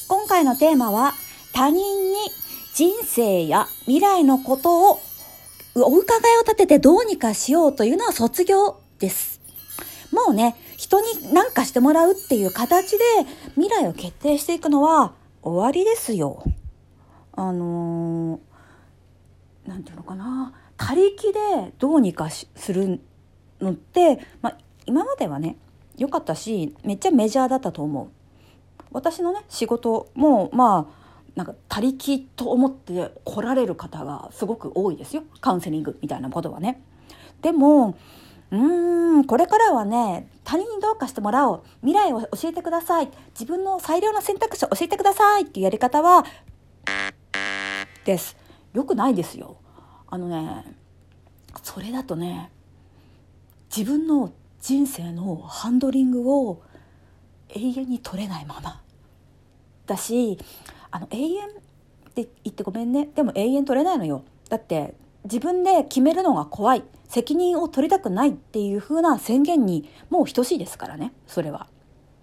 今回のテーマは他人に人生や未来のことをお伺いを立ててどうにかしようというのは卒業です。もうね、人に何かしてもらうっていう形で未来を決定していくのは終わりですよ。なんていうのかな、他力でどうにかするのって、今まではね良かったし、めっちゃメジャーだったと思う。私のね仕事もなんか他力と思って来られる方がすごく多いですよ。カウンセリングみたいなことはね。でもこれからはね、他人にどうかしてもらおう、未来を教えてください、自分の最良の選択肢を教えてくださいっていうやり方はです。よくないですよ。それだとね、自分の人生のハンドリングを永遠に取れないままだし、永遠って言ってごめんね、でも永遠取れないのよ。だって自分で決めるのが怖い、責任を取りたくないっていう風な宣言にもう等しいですからね、それは。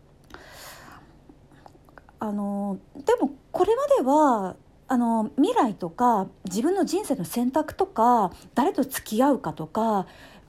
でもこれまでは未来とか自分の人生の選択とか誰と付き合うかとか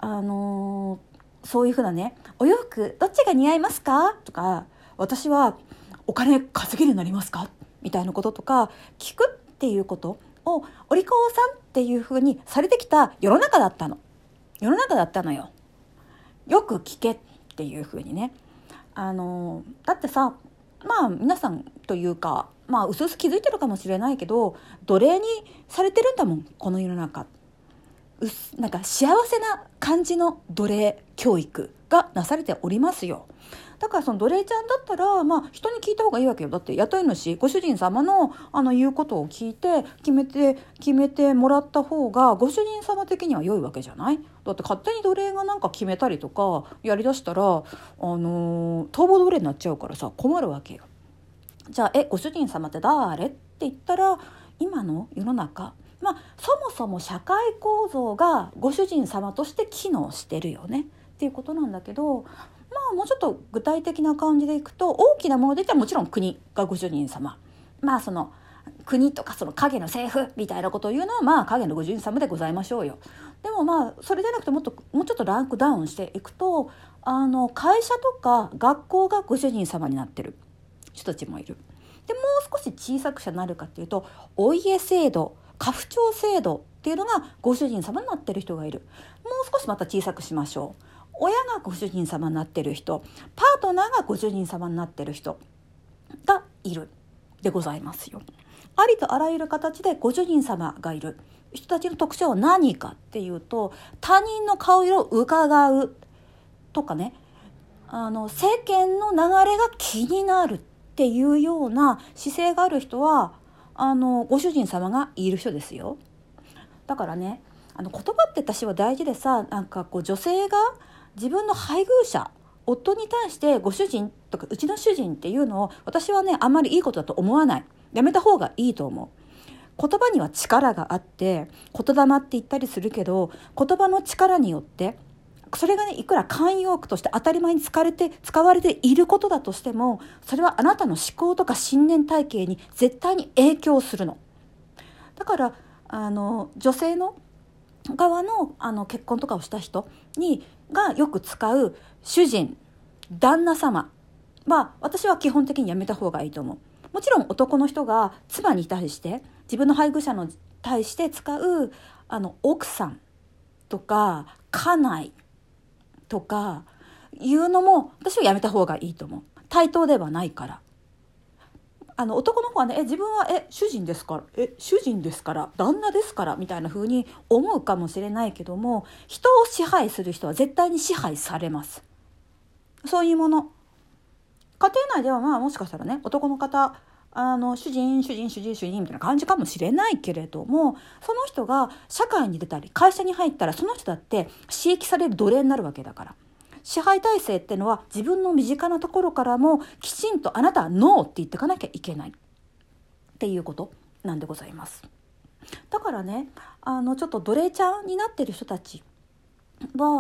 そういうふうなね、お洋服どっちが似合いますかとか、私はお金稼げるようになりますかみたいなこととか聞くっていうことをお利口さんっていうふうにされてきた世の中だったのよ。よく聞けっていうふうにね。だってさ、皆さんというかうすうす気づいてるかもしれないけど、奴隷にされてるんだもん、この世の中。なんか幸せな感じの奴隷教育がなされておりますよ。だからその奴隷ちゃんだったら人に聞いた方がいいわけよ。だって雇い主ご主人様の言うことを聞いて決めてもらった方がご主人様的には良いわけじゃない。だって勝手に奴隷がなんか決めたりとかやりだしたら逃亡奴隷になっちゃうからさ、困るわけよ。じゃあご主人様って誰って言ったら、今の世の中そもそも社会構造がご主人様として機能してるよねっていうことなんだけど、もうちょっと具体的な感じでいくと、大きなもので言ったらもちろん国がご主人様、その国とかその影の政府みたいなことを言うのは影のご主人様でございましょうよ。でもそれじゃなくてもうちょっとランクダウンしていくと、会社とか学校がご主人様になってる人たちもいる。でもう少し小さくなるかっていうと、お家制度、家父長制度っていうのがご主人様になってる人がいる。もう少しまた小さくしましょう。親がご主人様になってる人、パートナーがご主人様になってる人がいるでございますよ。ありとあらゆる形でご主人様がいる人たちの特徴は何かっていうと、他人の顔色を伺うとかね、世間の流れが気になるっていうような姿勢がある人はご主人様がいる人ですよ。だからね、言葉って私は大事でさ、女性が自分の配偶者、夫に対してご主人とかうちの主人っていうのを、私はねあんまりいいことだと思わない。やめた方がいいと思う。言葉には力があって言霊って言ったりするけど、言葉の力によってそれがね、いくら慣用句として当たり前に使われていることだとしても、それはあなたの思考とか信念体系に絶対に影響するの。だから女性の側の結婚とかをした人がよく使う主人、旦那様は私は基本的にやめた方がいいと思う。もちろん男の人が妻に対して、自分の配偶者に対して使う奥さんとか家内とかいうのも私はやめた方がいいと思う。対等ではないから。男の方はね、自分は主人ですから旦那ですからみたいな風に思うかもしれないけども、人を支配する人は絶対に支配されます。そういうもの。家庭内ではもしかしたらね、男の方主人みたいな感じかもしれないけれども、その人が社会に出たり会社に入ったら、その人だって刺激される奴隷になるわけだから。支配体制ってのは自分の身近なところからもきちんとあなたはノーって言っていかなきゃいけないっていうことなんでございます。だからね、ちょっと奴隷ちゃんになってる人たちは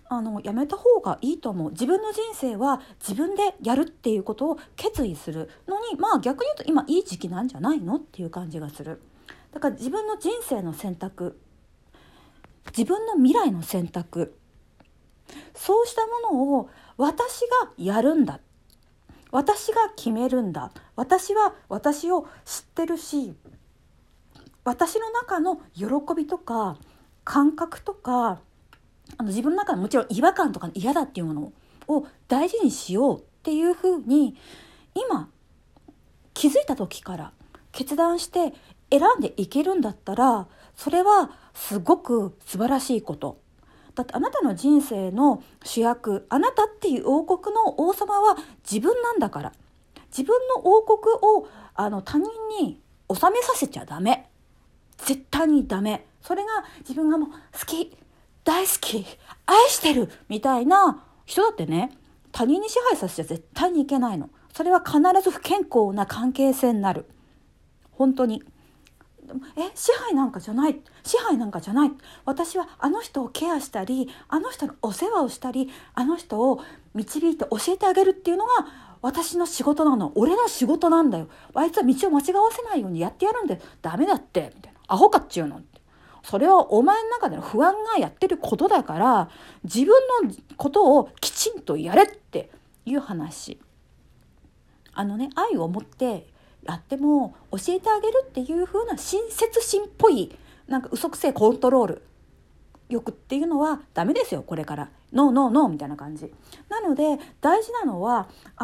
やめた方がいいと思う。自分の人生は自分でやるっていうことを決意するのに、逆に言うと今いい時期なんじゃないのっていう感じがする。だから自分の人生の選択、自分の未来の選択、そうしたものを私がやるんだ、私が決めるんだ、私は私を知ってるし、私の中の喜びとか感覚とか、自分の中でもちろん違和感とか嫌だっていうものを大事にしようっていうふうに今気づいた時から決断して選んでいけるんだったら、それはすごく素晴らしいこと。だってあなたの人生の主役、あなたっていう王国の王様は自分なんだから、自分の王国を他人に収めさせちゃダメ。絶対にダメ。それが自分がもう好き、大好き、愛してるみたいな人だってね、他人に支配させちゃ絶対にいけないの。それは必ず不健康な関係性になる。本当に。支配なんかじゃない。支配なんかじゃない。私はあの人をケアしたり、あの人のお世話をしたり、あの人を導いて教えてあげるっていうのが私の仕事なの。俺の仕事なんだよ。あいつは道を間違わせないようにやってやるんでダメだってみたいな。アホかっちゅうの。それはお前の中での不安がやってることだから、自分のことをきちんとやれっていう話。愛を持ってやっても教えてあげるっていう風な親切心っぽい嘘くせえコントロール欲っていうのはダメですよ。これからノーノーノーみたいな感じなので、大事なのは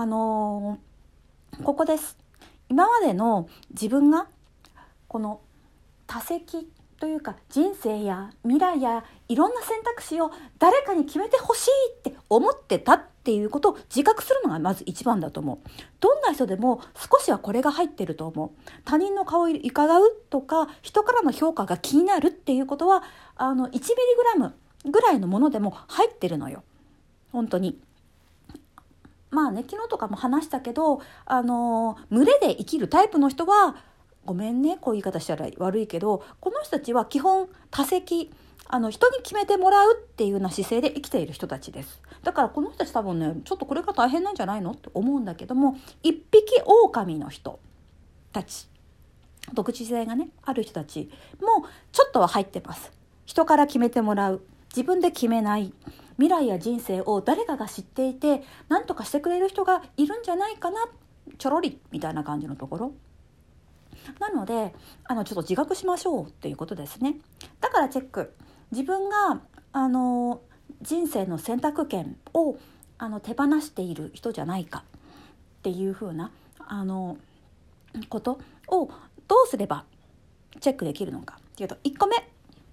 ここです。今までの自分がこの多責というか人生や未来やいろんな選択肢を誰かに決めてほしいって思ってたっていうことを自覚するのがまず一番だと思う。どんな人でも少しはこれが入ってると思う。他人の顔を伺うとか人からの評価が気になるっていうことは1ミリグラムぐらいのものでも入ってるのよ。本当に。昨日とかも話したけど群れで生きるタイプの人はごめんね、こういう言い方したら悪いけど、この人たちは基本多責、人に決めてもらうっていうような姿勢で生きている人たちです。だからこの人たち多分ね、ちょっとこれが大変なんじゃないのって思うんだけども、一匹狼の人たち、独自性がねある人たちもちょっとは入ってます。人から決めてもらう、自分で決めない、未来や人生を誰かが知っていて何とかしてくれる人がいるんじゃないかな、ちょろりみたいな感じのところなので、ちょっと自覚しましょうっていうことですね。だからチェック、自分が人生の選択権を手放している人じゃないかっていう風なことをどうすればチェックできるのかっていうと、1個目、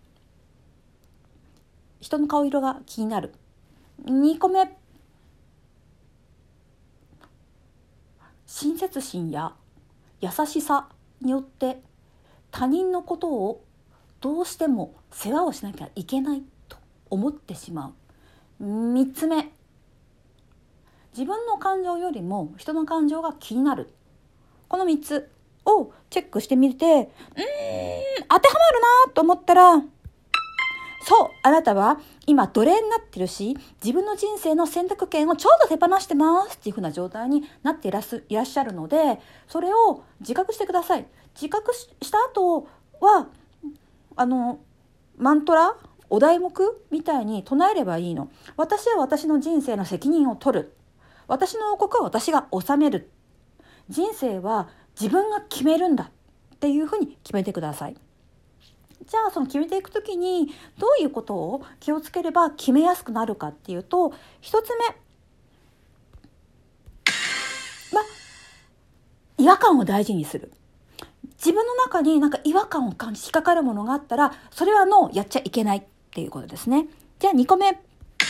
人の顔色が気になる。2個目、親切心や優しさによって他人のことをどうしても世話をしなきゃいけないと思ってしまう。3つ目、自分の感情よりも人の感情が気になる。この3つをチェックしてみて、当てはまるなと思ったら、そう、あなたは今奴隷になってるし、自分の人生の選択権をちょうど手放してますっていう風な状態になっていらっしゃるので、それを自覚してください。自覚した後はマントラ、お題目みたいに唱えればいいの。私は私の人生の責任を取る。私の王国は私が治める。人生は自分が決めるんだっていうふうに決めてください。じゃあその決めていくときにどういうことを気をつければ決めやすくなるかっていうと、一つ目は違和感を大事にする。自分の中に違和感を感じ引っかかるものがあったら、それはやっちゃいけないっていうことですね。じゃあ2個目、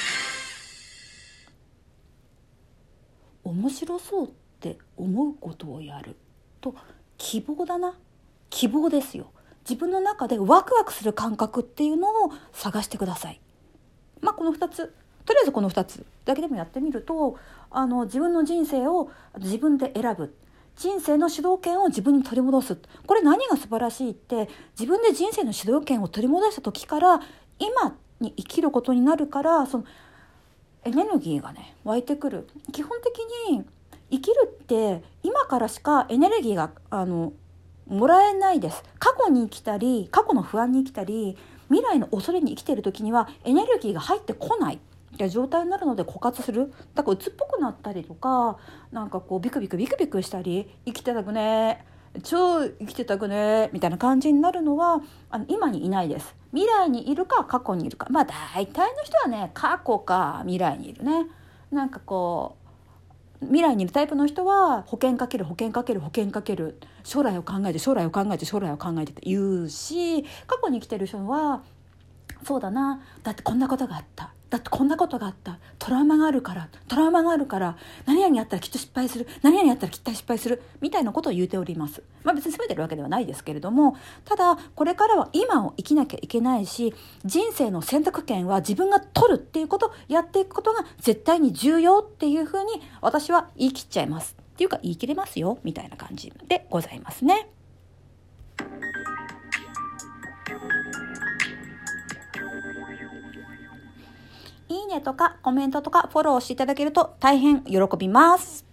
面白そうって思うことをやると、希望だな。希望ですよ。自分の中でワクワクする感覚っていうのを探してください。この2つ、とりあえずこの2つだけでもやってみると、自分の人生を自分で選ぶ、人生の主導権を自分に取り戻す。これ何が素晴らしいって、自分で人生の主導権を取り戻した時から今に生きることになるから、 エネルギーがね湧いてくる。基本的に生きるって今からしかエネルギーがもらえないです。過去に生きたり、過去の不安に生きたり、未来の恐れに生きている時にはエネルギーが入ってこないって状態になるので枯渇する。だから鬱っぽくなったりとか、なんかこうビクビクしたり、生きてたくね超生きてたくねみたいな感じになるのは今にいないです。未来にいるか過去にいるか。まあ大体の人はね過去か未来にいるね。なんかこう未来にいるタイプの人は保険かける将来を考えてって言うし、過去に生きてる人はそうだな、だってこんなことがあった、だってこんなことがあった、トラウマがあるから何々あったらきっと失敗する、何々あったらきっと失敗するみたいなことを言うております。別に責めてるわけではないですけれども、ただこれからは今を生きなきゃいけないし、人生の選択権は自分が取るっていうことをやっていくことが絶対に重要っていうふうに私は言い切っちゃいますっていうか言い切れますよみたいな感じでございますね。いいねとかコメントとかフォローしていただけると大変喜びます。